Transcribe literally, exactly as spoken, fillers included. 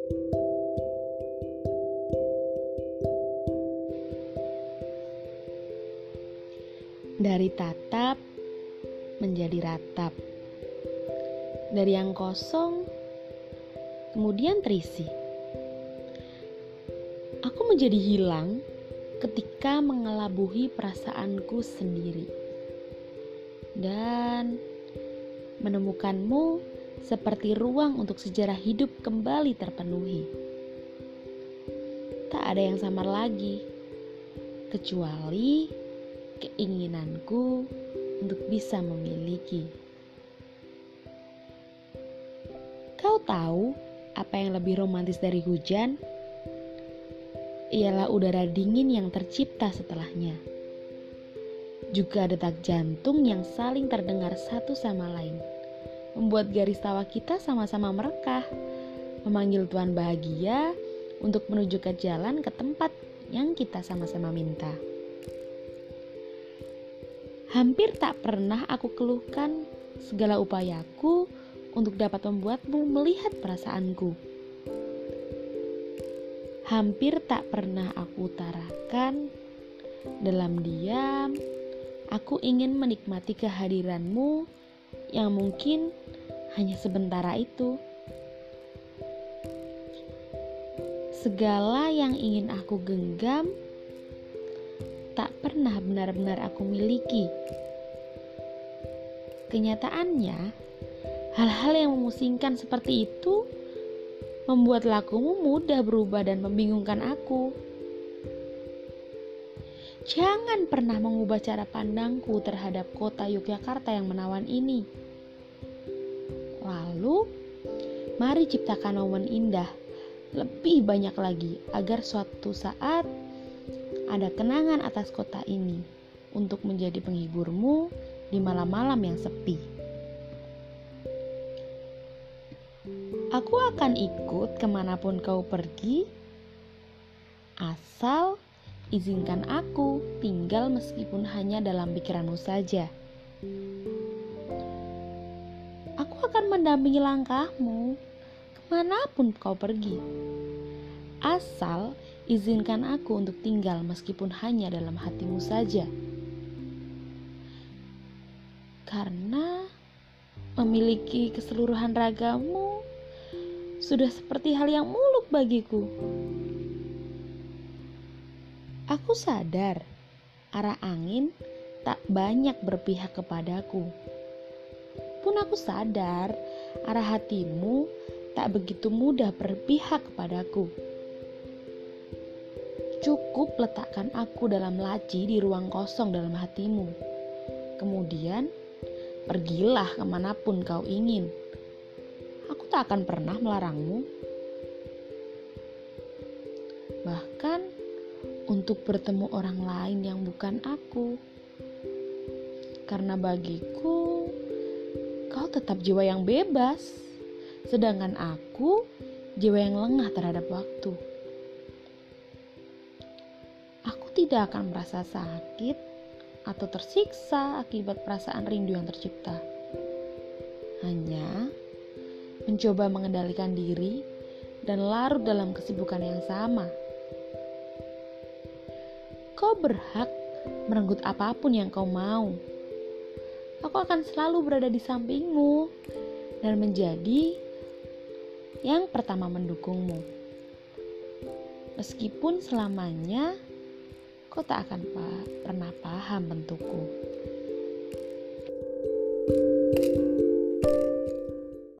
Dari tatap menjadi ratap, dari yang kosong kemudian terisi. Aku menjadi hilang ketika mengelabuhi perasaanku sendiri, dan menemukanmu seperti ruang untuk sejarah hidup kembali terpenuhi. Tak ada yang samar lagi, kecuali keinginanku untuk bisa memiliki. Kau tahu apa yang lebih romantis dari hujan? Ialah udara dingin yang tercipta setelahnya. Juga detak jantung yang saling terdengar satu sama lain, membuat garis tawa kita sama-sama merekah, memanggil Tuhan bahagia untuk menuju ke jalan ke tempat yang kita sama-sama minta. Hampir tak pernah aku keluhkan segala upayaku untuk dapat membuatmu melihat perasaanku. Hampir tak pernah aku utarakan dalam diam, aku ingin menikmati kehadiranmu yang mungkin hanya sementara itu. Segala yang ingin aku genggam tak pernah benar-benar aku miliki. Kenyataannya, hal-hal yang memusingkan seperti itu membuat lakumu mudah berubah dan membingungkan aku. Jangan pernah mengubah cara pandangku terhadap kota Yogyakarta yang menawan ini. Lalu, mari ciptakan momen indah lebih banyak lagi agar suatu saat ada kenangan atas kota ini untuk menjadi penghiburmu di malam-malam yang sepi. Aku akan ikut kemanapun kau pergi, asal izinkan aku tinggal meskipun hanya dalam pikiranmu saja. Aku akan mendampingi langkahmu kemanapun kau pergi, asal izinkan aku untuk tinggal meskipun hanya dalam hatimu saja. Karena memiliki keseluruhan ragamu sudah seperti hal yang muluk bagiku. Aku sadar arah angin tak banyak berpihak kepadaku. Pun aku sadar arah hatimu tak begitu mudah berpihak kepadaku. Cukup letakkan aku dalam laci di ruang kosong dalam hatimu. Kemudian, pergilah kemanapun kau ingin. Aku tak akan pernah melarangmu. Bahkan, untuk bertemu orang lain yang bukan aku. Karena bagiku, kau tetap jiwa yang bebas. Sedangkan aku, jiwa yang lengah terhadap waktu. Tidak akan merasa sakit atau tersiksa akibat perasaan rindu yang tercipta. Hanya mencoba mengendalikan diri dan larut dalam kesibukan yang sama. Kau berhak merenggut apapun yang kau mau. Aku akan selalu berada di sampingmu dan menjadi yang pertama mendukungmu. Meskipun selamanya kau tak akan pa- pernah paham bentukku.